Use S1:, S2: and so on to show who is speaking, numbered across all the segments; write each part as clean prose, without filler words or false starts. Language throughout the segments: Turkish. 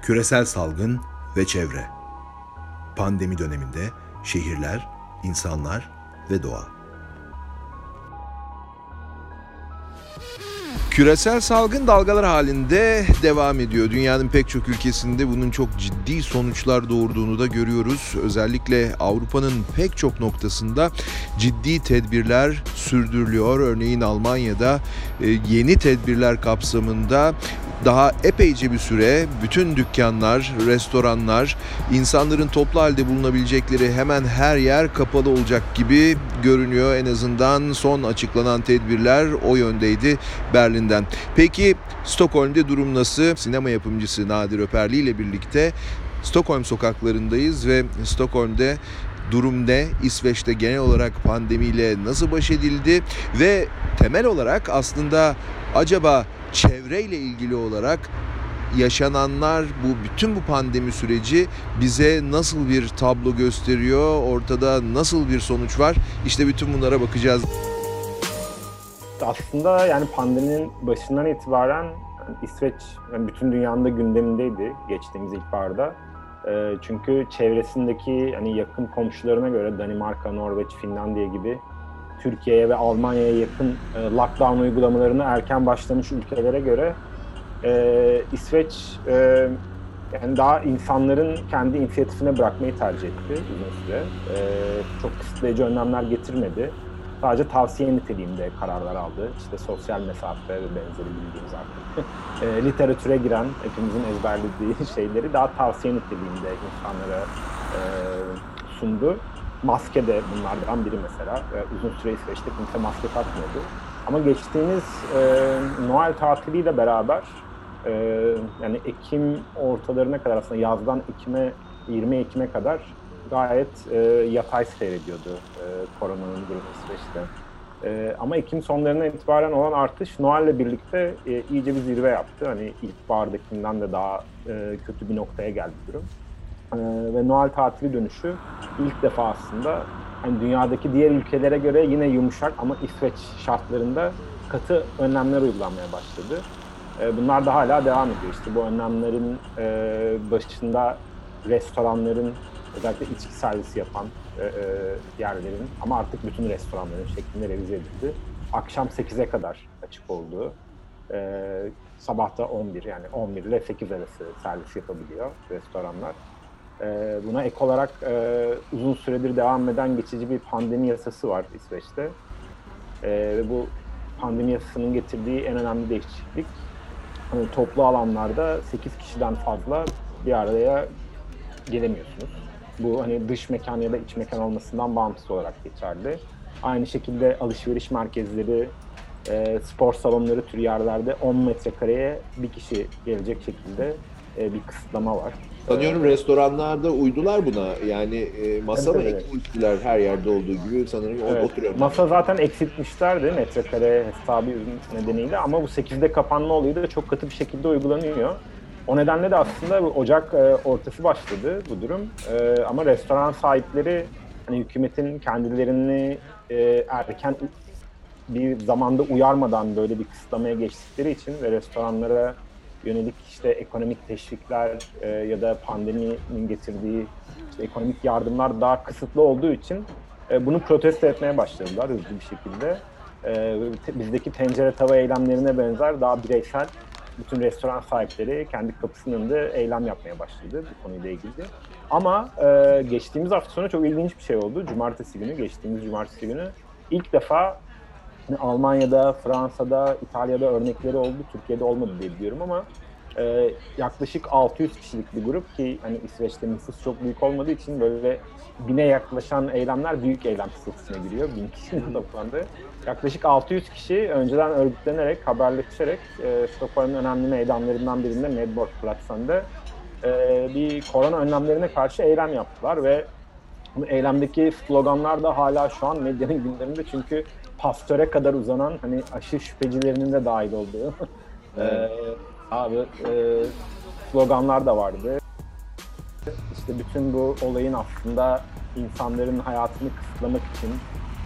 S1: Küresel salgın ve çevre. Pandemi döneminde şehirler, insanlar ve doğa. Küresel salgın dalgalar halinde devam ediyor. Dünyanın pek çok ülkesinde bunun çok ciddi sonuçlar doğurduğunu da görüyoruz. Özellikle Avrupa'nın pek çok noktasında ciddi tedbirler sürdürülüyor. Örneğin Almanya'da yeni tedbirler kapsamında daha epeyce bir süre bütün dükkanlar, restoranlar, insanların toplu halde bulunabilecekleri hemen her yer kapalı olacak gibi görünüyor. En azından son açıklanan tedbirler o yöndeydi Berlin'den. Peki Stockholm'de durum nasıl? Sinema yapımcısı Nadir Öperli ile birlikte Stockholm sokaklarındayız ve Stockholm'de durum ne? İsveç'te genel olarak pandemiyle nasıl baş edildi? Ve temel olarak aslında acaba çevreyle ilgili olarak yaşananlar, bütün bu pandemi süreci bize nasıl bir tablo gösteriyor? Ortada nasıl bir sonuç var? İşte bütün bunlara bakacağız.
S2: Aslında yani pandeminin başından itibaren İsveç bütün dünyanın da gündemindeydi geçtiğimiz ilkbaharda. Çünkü çevresindeki yakın komşularına göre Danimarka, Norveç, Finlandiya gibi Türkiye'ye ve Almanya'ya yakın lockdown uygulamalarını erken başlamış ülkelere göre İsveç yani daha insanların kendi inisiyatifine bırakmayı tercih etti uzun süre. Çok kısıtlayıcı önlemler getirmedi. Sadece tavsiye niteliğinde kararlar aldı. İşte sosyal mesafe ve benzeri bildiğimiz artık. Literatüre giren, hepimizin ezberlediği şeyleri daha tavsiye niteliğinde insanlara sundu. Maske de bunlardan biri mesela. Uzun süre İsveç'te kimse maske takmıyordu. Ama geçtiğimiz Noel tatiliyle beraber yani Ekim ortalarına kadar aslında yazdan 20 Ekim'e kadar gayet yatay seyrediyordu koronanın durumu İsveç'te. Ama Ekim sonlarına itibaren olan artış Noel'le birlikte iyice bir zirve yaptı. Hani ilkbahardakinden de daha kötü bir noktaya geldi durum. Ve Noel tatili dönüşü ilk defa aslında hani dünyadaki diğer ülkelere göre yine yumuşak ama İsveç şartlarında katı önlemler uygulanmaya başladı. Bunlar da hala devam ediyor. İşte bu önlemlerin başında restoranların, özellikle içki servisi yapan yerlerin ama artık bütün restoranların şeklinde revize edildi. Akşam 8'e kadar açık olduğu, sabahta 11 yani 11 ile 8 arası servis yapabiliyor restoranlar. Buna ek olarak uzun süredir devam eden geçici bir pandemi yasası var İsveç'te. Ve bu pandemi yasasının getirdiği en önemli değişiklik, hani toplu alanlarda 8 kişiden fazla bir araya gelemiyorsunuz. Bu hani dış mekan ya da iç mekan olmasından bağımsız olarak geçerli. Aynı şekilde alışveriş merkezleri, spor salonları türü yerlerde 10 metrekareye bir kişi gelecek şekilde bir kısıtlama var.
S3: Sanıyorum restoranlarda uydular buna. Yani masa mı eksilttiler her yerde olduğu gibi sanırım oturuyor.
S2: Masa zaten eksiltmişlerdi metrekare hesabı nedeniyle ama bu 8'de kapanma olayı da çok katı bir şekilde uygulanıyor. O nedenle de aslında Ocak ortası başladı bu durum. Ama restoran sahipleri hani hükümetin kendilerini erken bir zamanda uyarmadan böyle bir kısıtlamaya geçtikleri için ve restoranlara yönelik işte ekonomik teşvikler ya da pandeminin getirdiği işte ekonomik yardımlar daha kısıtlı olduğu için bunu protesto etmeye başladılar hızlı bir şekilde. Bizdeki tencere tava eylemlerine benzer daha bireysel bütün restoran sahipleri kendi kapısının önünde eylem yapmaya başladı bu konuyla ilgili. Ama geçtiğimiz hafta sonu çok ilginç bir şey oldu. Geçtiğimiz cumartesi günü ilk defa Almanya'da, Fransa'da, İtalya'da örnekleri oldu. Türkiye'de olmadı diye biliyorum ama yaklaşık 600 kişilik bir grup ki hani İsveç'te nüfus çok büyük olmadığı için böyle 1000'e yaklaşan eylemler büyük eylem statüsüne giriyor. 1000 kişinin toplandığı. Yaklaşık 600 kişi önceden örgütlenerek, haberleşerek Stockholm'un önemli meydanlarından birinde Medborgplatsan'da bir korona önlemlerine karşı eylem yaptılar ve bu eylemdeki sloganlar da hala şu an medyanın gündeminde çünkü pastöre kadar uzanan hani aşı şüphecilerinin de dahil olduğu sloganlar da vardı. İşte bütün bu olayın aslında insanların hayatını kısıtlamak için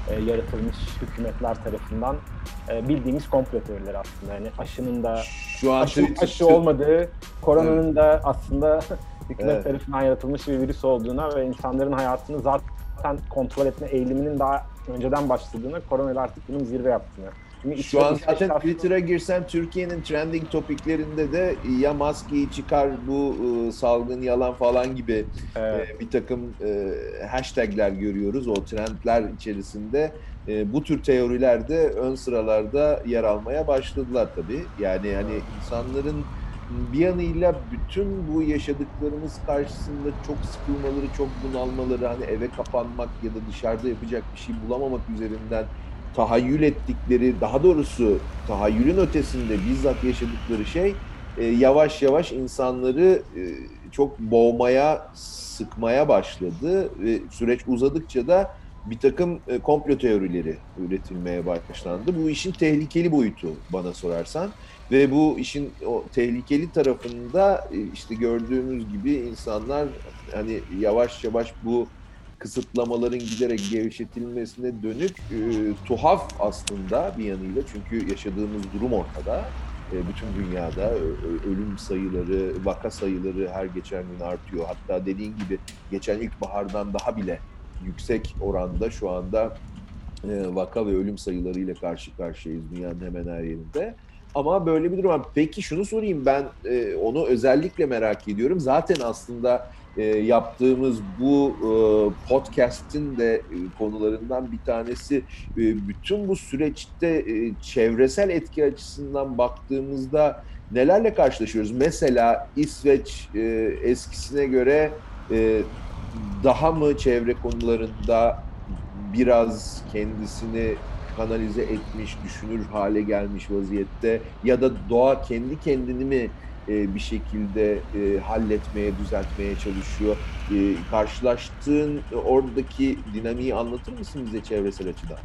S2: yaratılmış hükümetler tarafından bildiğimiz komplo teorileri aslında. Yani aşının da
S3: Şu an
S2: aşı olmadığı, koronanın
S3: Evet.
S2: da aslında hükümet
S3: Evet.
S2: tarafından yaratılmış bir virüs olduğuna ve insanların hayatını zaten kontrol etme eğiliminin daha önceden başladığına, koronayla artık bunun zirve yaptığına. Çünkü
S3: Şu an
S2: İsveç'te
S3: zaten Twitter'a girsen Türkiye'nin trending topiklerinde de ya maskeyi çıkar bu salgın yalan falan gibi bir takım hashtagler görüyoruz o trendler içerisinde. Bu tür teoriler de ön sıralarda yer almaya başladılar tabii. Yani hani insanların bir yanıyla bütün bu yaşadıklarımız karşısında çok sıkılmaları, çok bunalmaları, hani eve kapanmak ya da dışarıda yapacak bir şey bulamamak üzerinden tahayyül ettikleri, daha doğrusu tahayyülün ötesinde bizzat yaşadıkları şey yavaş yavaş insanları çok boğmaya, sıkmaya başladı ve süreç uzadıkça da bir takım komplo teorileri üretilmeye başlandı. Bu işin tehlikeli boyutu bana sorarsan ve bu işin o tehlikeli tarafında işte gördüğümüz gibi insanlar hani yavaş yavaş bu kısıtlamaların giderek gevşetilmesine dönük tuhaf aslında bir yanıyla çünkü yaşadığımız durum ortada. Bütün dünyada ölüm sayıları, vaka sayıları her geçen gün artıyor. Hatta dediğin gibi geçen ilkbahardan daha bile yüksek oranda şu anda vaka ve ölüm sayılarıyla karşı karşıyayız dünyanın hemen her yerinde. Ama böyle bir durum var. Peki şunu sorayım ben onu özellikle merak ediyorum. Zaten aslında yaptığımız bu podcast'in de konularından bir tanesi bütün bu süreçte çevresel etki açısından baktığımızda nelerle karşılaşıyoruz? Mesela İsveç eskisine göre e, daha mı çevre konularında biraz kendisini kanalize etmiş, düşünür hale gelmiş vaziyette ya da doğa kendi kendini mi bir şekilde halletmeye, düzeltmeye çalışıyor? Karşılaştığın oradaki dinamiği anlatır mısın bize çevresel açıdan?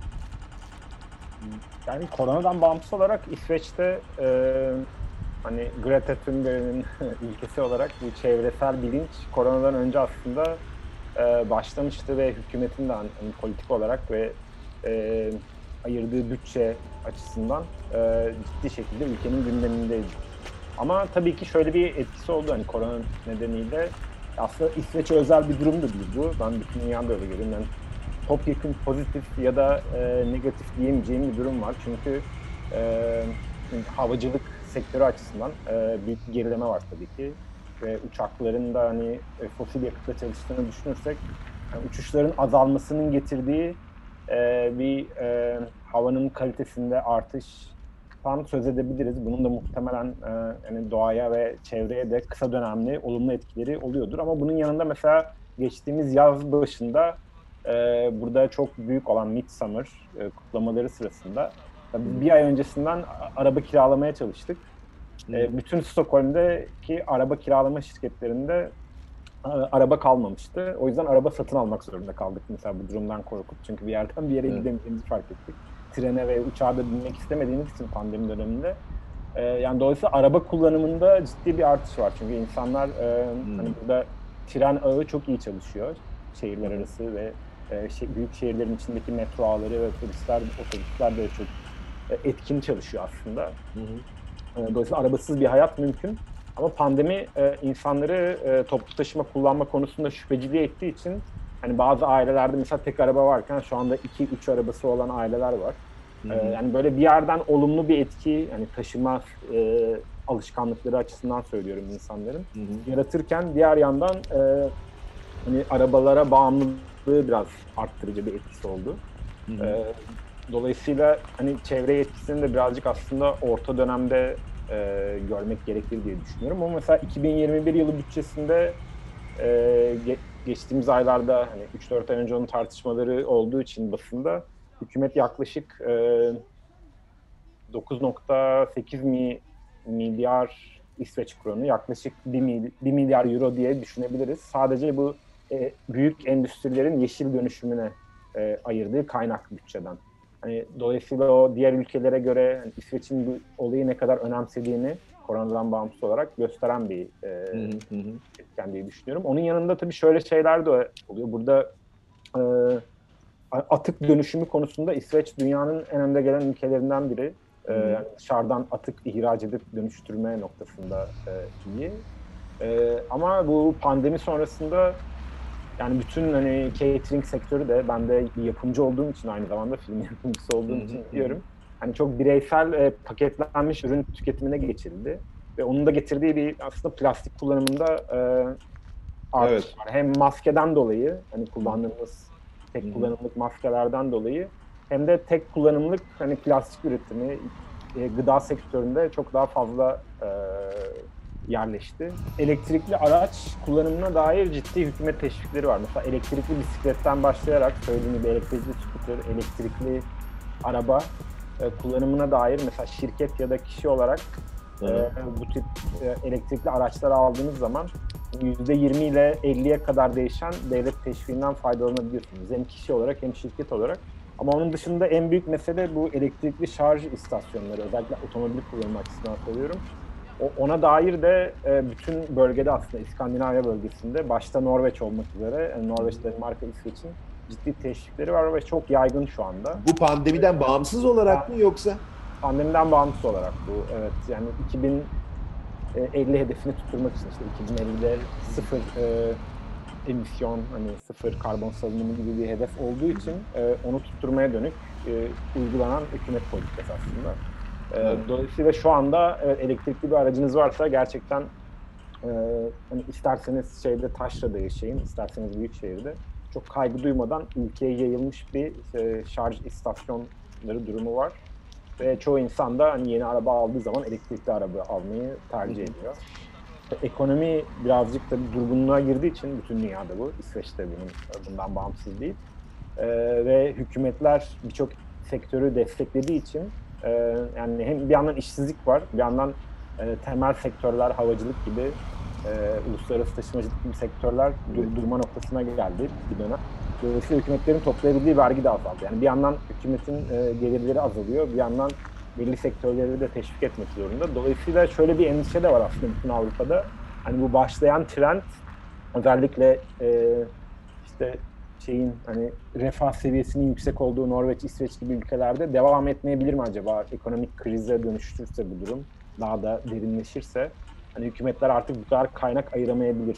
S2: Yani koronadan bağımsız olarak İsveç'te hani Greta Thunberg'in ülkesi olarak bu çevresel bilinç koronadan önce aslında başlamıştı ve hükümetin de hani politik olarak ve e, ayırdığı bütçe açısından ciddi şekilde ülkenin gündemindeydi. Ama tabii ki şöyle bir etkisi oldu hani korona nedeniyle. Aslında İsveç'e özel bir durum da değil bu. Ben bütün dünyada öyle görüyorum. Yani topyekun pozitif ya da negatif diyemeyeceğim bir durum var. Çünkü e, havacılık sektörü açısından büyük bir gerileme var tabii ki. Ve uçakların da hani fosil yakıtla çalıştığını düşünürsek yani uçuşların azalmasının getirdiği bir havanın kalitesinde artıştan söz edebiliriz. Bunun da muhtemelen yani doğaya ve çevreye de kısa dönemli olumlu etkileri oluyordur. Ama bunun yanında mesela geçtiğimiz yaz başında burada çok büyük olan Midsummer kutlamaları sırasında biz bir ay öncesinden araba kiralamaya çalıştık. Bütün Stockholm'deki araba kiralama şirketlerinde araba kalmamıştı. O yüzden araba satın almak zorunda kaldık mesela bu durumdan korkup. Çünkü bir yerden bir yere
S3: Evet.
S2: gidemeyeceğimizi fark ettik. Trene ve uçağa da binmek istemediğimiz için pandemi döneminde. Yani dolayısıyla araba kullanımında ciddi bir artış var. Çünkü insanlar hani burada tren ağı çok iyi çalışıyor. Şehirler arası ve büyük şehirlerin içindeki metro ağları ve otobüsler de çok etkin çalışıyor aslında. Dolayısıyla arabasız bir hayat mümkün. Ama pandemi insanları toplu taşıma kullanma konusunda şüpheciliğe ettiği için hani bazı ailelerde mesela tek araba varken şu anda 2-3 arabası olan aileler var. Yani böyle bir yerden olumlu bir etki yani taşıma alışkanlıkları açısından söylüyorum insanların yaratırken diğer yandan hani arabalara bağımlılığı biraz arttırıcı bir etkisi oldu. Dolayısıyla hani çevre etkisini de birazcık aslında orta dönemde görmek gerekir diye düşünüyorum. Ama mesela 2021 yılı bütçesinde geçtiğimiz aylarda hani 3-4 ay önce onun tartışmaları olduğu için basında hükümet yaklaşık 9,8 milyar İsveç kronu yaklaşık 1 milyar euro diye düşünebiliriz. Sadece bu büyük endüstrilerin yeşil dönüşümüne ayırdığı kaynak bütçeden. Hani dolayısıyla o diğer ülkelere göre hani İsveç'in bu olayı ne kadar önemsediğini koronadan bağımsız olarak gösteren bir etken diye düşünüyorum. Onun yanında tabii şöyle şeyler de oluyor. Burada atık dönüşümü konusunda İsveç dünyanın en önde gelen ülkelerinden biri. Yani dışarıdan atık ihraç edip dönüştürme noktasında iyi. Ama bu pandemi sonrasında yani bütün hani catering sektörü de, ben de yapımcı olduğum için, aynı zamanda film yapımcısı olduğum için biliyorum. Hani çok bireysel paketlenmiş ürün tüketimine geçildi. Ve onun da getirdiği bir aslında plastik kullanımında artış var. Hem maskeden dolayı, hani kullandığımız tek kullanımlık maskelerden dolayı, hem de tek kullanımlık hani plastik üretimi gıda sektöründe çok daha fazla yerleşti. Elektrikli araç kullanımına dair ciddi hükümet teşvikleri var. Mesela elektrikli bisikletten başlayarak, söylediğim gibi elektrikli scooter, elektrikli araba kullanımına dair mesela şirket ya da kişi olarak bu tip elektrikli araçları aldığınız zaman %20 ile 50'ye kadar değişen devlet teşviğinden faydalanabiliyorsunuz. Hem kişi olarak hem şirket olarak. Ama onun dışında en büyük mesele bu elektrikli şarj istasyonları. Özellikle otomobil kullanımı açısından söylüyorum. Ona dair de bütün bölgede, aslında İskandinavya bölgesinde, başta Norveç olmak üzere, Norveç, Danimarka, İsveç'in ciddi teşvikleri var ve çok yaygın şu anda.
S3: Bu pandemiden bağımsız olarak mı yoksa?
S2: Pandemiden bağımsız olarak bu, evet. Yani 2050 hedefini tutturmak için, işte 2050'de sıfır emisyon, hani sıfır karbon salınımı gibi bir hedef olduğu için onu tutturmaya dönük uygulanan hükümet politikası aslında. Dolayısıyla şu anda elektrikli bir aracınız varsa gerçekten hani isterseniz taşrada yaşayın, isterseniz büyük şehirde, çok kaygı duymadan ülkeye yayılmış bir şarj istasyonları durumu var. Ve çoğu insan da hani yeni araba aldığı zaman elektrikli araba almayı tercih ediyor. Ekonomi birazcık da bir durgunluğa girdiği için bütün dünyada bu, İsveç'te bundan bağımsız değil. Ve hükümetler birçok sektörü desteklediği için yani hem bir yandan işsizlik var, bir yandan temel sektörler, havacılık gibi, uluslararası taşımacılık gibi sektörler durma noktasına geldi bir dönem. Dolayısıyla hükümetlerin toplayabildiği vergi de azaldı. Yani bir yandan hükümetin gelirleri azalıyor, bir yandan belli sektörleri de teşvik etmek zorunda. Dolayısıyla şöyle bir endişe de var aslında bütün Avrupa'da. Hani bu başlayan trend, özellikle işte hani refah seviyesinin yüksek olduğu Norveç, İsveç gibi ülkelerde devam etmeyebilir mi acaba? Ekonomik krize dönüştürürse bu durum, daha da derinleşirse, hani hükümetler artık bu kadar kaynak ayıramayabilir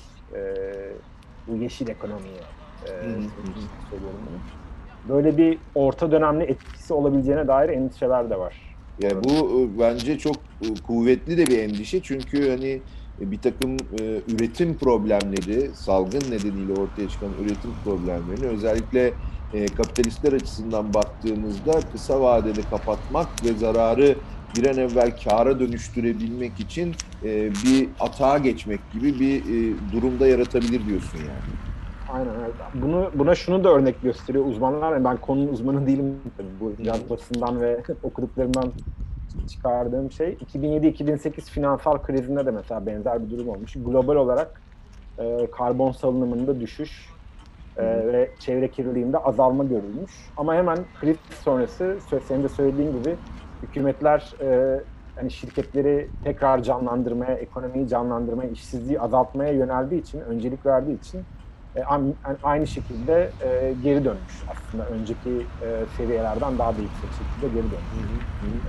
S2: bu yeşil ekonomiye. Söylüyorum bunu. Böyle bir orta dönemli etkisi olabileceğine dair endişeler de var.
S3: Yani bu bence çok kuvvetli de bir endişe, çünkü hani bir takım üretim problemleri, salgın nedeniyle ortaya çıkan üretim problemlerini özellikle kapitalistler açısından baktığımızda kısa vadede kapatmak ve zararı bir an evvel kâra dönüştürebilmek için bir atağa geçmek gibi bir durumda yaratabilir diyorsun yani.
S2: Aynen, evet. Buna şunu da örnek gösteriyor uzmanlar. Yani ben konunun uzmanı değilim tabii. Bu biraz basından ve okuduklarımdan çıkardığım şey. 2007-2008 finansal krizinde de mesela benzer bir durum olmuş. Global olarak karbon salınımında düşüş ve çevre kirliliğinde azalma görülmüş. Ama hemen kriz sonrası, senin de söylediğin gibi, hükümetler hani şirketleri tekrar canlandırmaya, ekonomiyi canlandırmaya, işsizliği azaltmaya yöneldiği için, öncelik verdiği için aynı şekilde geri dönmüş aslında. Önceki seviyelerden daha da yüksek şekilde geri dönmüş.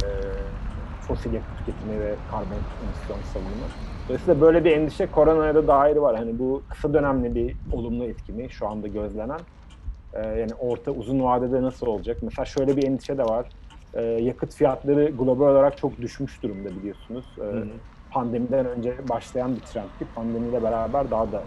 S2: Fosil yakıt tüketimi ve karbon emisyon salınımı. Dolayısıyla böyle bir endişe koronaya da dair var. Hani bu kısa dönemli bir olumlu etki mi şu anda gözlenen? Yani orta uzun vadede nasıl olacak? Mesela şöyle bir endişe de var. Yakıt fiyatları global olarak çok düşmüş durumda, biliyorsunuz. Pandemiden önce başlayan bir trendti. Pandemiyle beraber daha da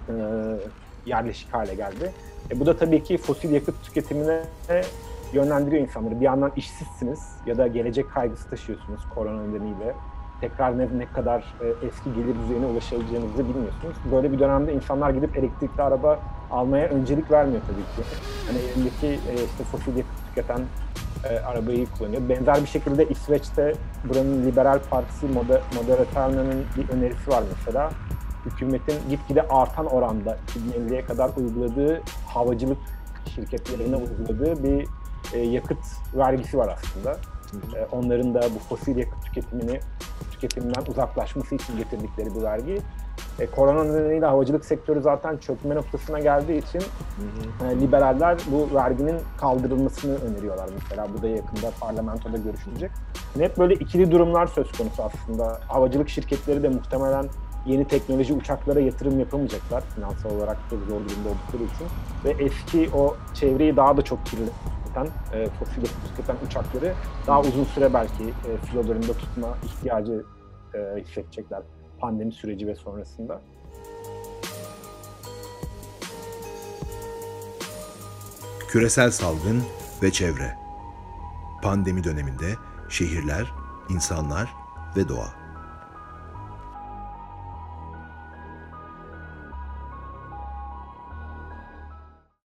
S2: yerleşik hale geldi. Bu da tabii ki fosil yakıt tüketimine yönlendiriyor insanları. Bir yandan işsizsiniz ya da gelecek kaygısı taşıyorsunuz korona nedeniyle. Tekrar ne kadar eski gelir düzeyine ulaşabileceğinizi bilmiyorsunuz. Böyle bir dönemde insanlar gidip elektrikli araba almaya öncelik vermiyor tabii ki. Hani elindeki işte fosil yakıt tüketen arabayı kullanıyor. Benzer bir şekilde İsveç'te buranın Liberal Partisi Moderatera'nın bir önerisi var mesela. Hükümetin gitgide artan oranda 2050'ye kadar uyguladığı, havacılık şirketlerine uyguladığı bir yakıt vergisi var aslında. Onların da bu fosil yakıt tüketimden uzaklaşması için getirdikleri bir vergi. Korona nedeniyle havacılık sektörü zaten çökme noktasına geldiği için liberaller bu verginin kaldırılmasını öneriyorlar mesela. Bu da yakında parlamentoda görüşülecek. Yani hep böyle ikili durumlar söz konusu aslında. Havacılık şirketleri de muhtemelen yeni teknoloji uçaklara yatırım yapamayacaklar finansal olarak çok zor durumda oldukları için. Ve eski o çevreyi daha da çok kirleten, fosil yakıt tüketen uçakları daha uzun süre belki filolarında tutma ihtiyacı hissedecekler pandemi süreci ve sonrasında.
S1: Küresel salgın ve çevre. Pandemi döneminde şehirler, insanlar ve doğa.